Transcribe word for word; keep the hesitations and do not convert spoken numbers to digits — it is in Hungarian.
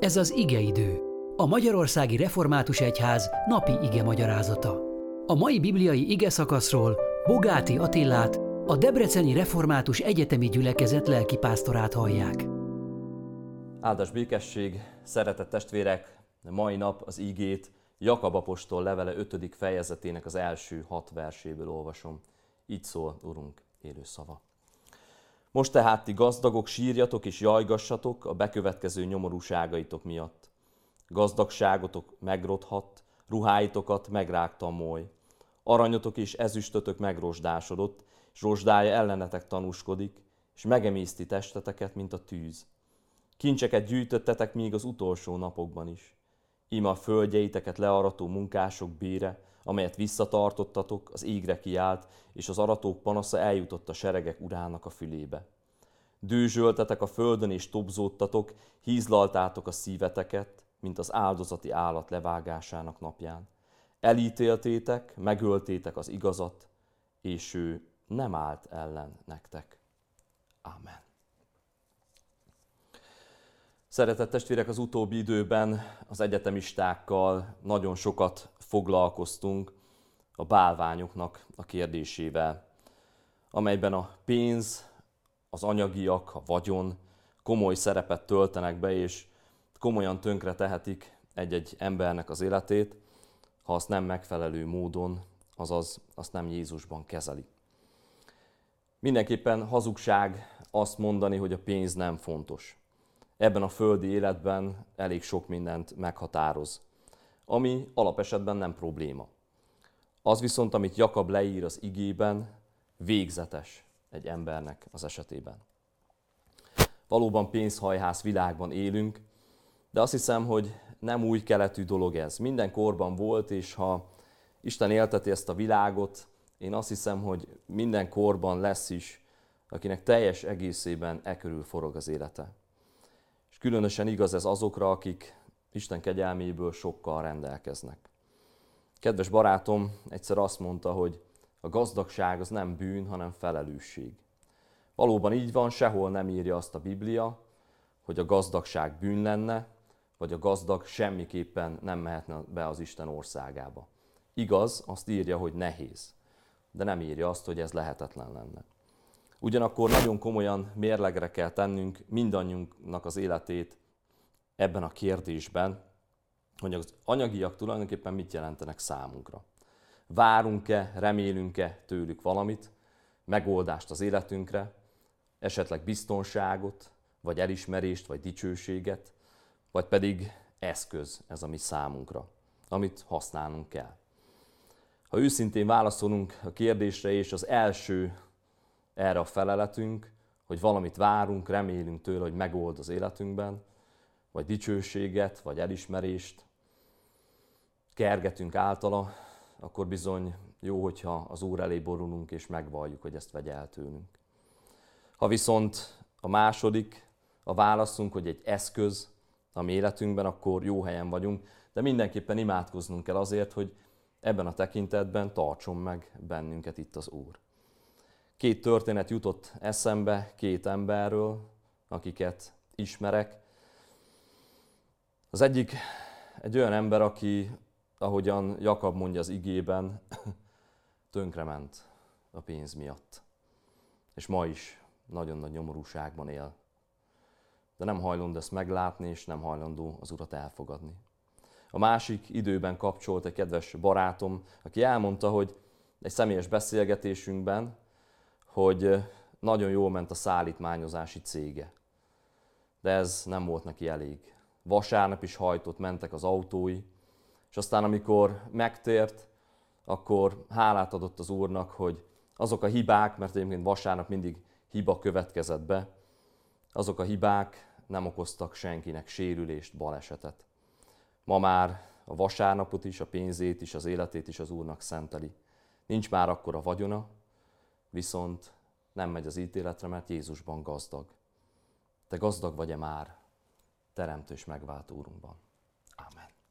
Ez az igeidő, a Magyarországi Református Egyház napi ige magyarázata. A mai bibliai ige szakaszról Bogáti Attilát, a Debreceni Református Egyetemi Gyülekezet lelkipásztorát hallják. Áldás békesség, szeretett testvérek, mai nap az igét Jakab apostol levele ötödik fejezetének az első hat verséből olvasom. Így szól Urunk élő szava. Most tehát ti gazdagok, sírjatok és jajgassatok a bekövetkező nyomorúságaitok miatt. Gazdagságotok megrothadt, ruháitokat megrágta a moly. Aranyotok és ezüstötök megrosdásodott, és rozsdája ellenetek tanúskodik, és megemészti testeteket, mint a tűz. Kincseket gyűjtöttetek még az utolsó napokban is. Íme a földjeiteket learató munkások bére, amelyet visszatartottatok, az égre kiált, és az aratók panasza eljutott a seregek urának a fülébe. Dőzsöltetek a földön és tobzódtatok, hízlaltátok a szíveteket, mint az áldozati állat levágásának napján. Elítéltétek, megöltétek az igazat, és ő nem állt ellen nektek. Ámen. Szeretett testvérek, az utóbbi időben az egyetemistákkal nagyon sokat foglalkoztunk a bálványoknak a kérdésével, amelyben a pénz, az anyagiak, a vagyon komoly szerepet töltenek be, és komolyan tönkre tehetik egy-egy embernek az életét, ha azt nem megfelelő módon, azaz azt nem Jézusban kezeli. Mindenképpen hazugság azt mondani, hogy a pénz nem fontos. Ebben a földi életben elég sok mindent meghatároz, ami alapesetben nem probléma. Az viszont, amit Jakab leír az igében, végzetes egy embernek az esetében. Valóban pénzhajhász világban élünk, de azt hiszem, hogy nem új keletű dolog ez. Minden korban volt, és ha Isten élteti ezt a világot, én azt hiszem, hogy minden korban lesz is, akinek teljes egészében e körül forog az élete. És különösen igaz ez azokra, akik Isten kegyelméből sokkal rendelkeznek. Kedves barátom egyszer azt mondta, hogy a gazdagság az nem bűn, hanem felelősség. Valóban így van, sehol nem írja azt a Biblia, hogy a gazdagság bűn lenne, vagy a gazdag semmiképpen nem mehetne be az Isten országába. Igaz, azt írja, hogy nehéz, de nem írja azt, hogy ez lehetetlen lenne. Ugyanakkor nagyon komolyan mérlegre kell tennünk mindannyiunknak az életét ebben a kérdésben, hogy az anyagiak tulajdonképpen mit jelentenek számunkra. Várunk-e, remélünk-e tőlük valamit, megoldást az életünkre, esetleg biztonságot, vagy elismerést, vagy dicsőséget, vagy pedig eszköz ez a mi számunkra, amit használnunk kell. Ha őszintén válaszolunk a kérdésre, és az első erre a feleletünk, hogy valamit várunk, remélünk tőle, hogy megold az életünkben, vagy dicsőséget, vagy elismerést, kergetünk általa, akkor bizony jó, hogyha az Úr elé borulunk, és megvalljuk, hogy ezt vegye el tőlünk. Ha viszont a második, a válaszunk, hogy egy eszköz a mi életünkben, akkor jó helyen vagyunk, de mindenképpen imádkoznunk kell azért, hogy ebben a tekintetben tartson meg bennünket itt az Úr. Két történet jutott eszembe két emberről, akiket ismerek. Az egyik egy olyan ember, aki, ahogyan Jakab mondja az igében, tönkrement a pénz miatt. És ma is nagyon nagy nyomorúságban él. De nem hajlandó ezt meglátni, és nem hajlandó az Urat elfogadni. A másik időben kapcsolt egy kedves barátom, aki elmondta, hogy egy személyes beszélgetésünkben, hogy nagyon jól ment a szállítmányozási cége. De ez nem volt neki elég. Vasárnap is hajtott, mentek az autói, és aztán amikor megtért, akkor hálát adott az Úrnak, hogy azok a hibák, mert egyébként vasárnap mindig hiba következett be, azok a hibák nem okoztak senkinek sérülést, balesetet. Ma már a vasárnapot is, a pénzét is, az életét is az Úrnak szenteli. Nincs már akkora vagyona, viszont nem megy az ítéletre, mert Jézusban gazdag. Te gazdag vagy-e már, teremtő és megváltó Úrunkban? Ámen.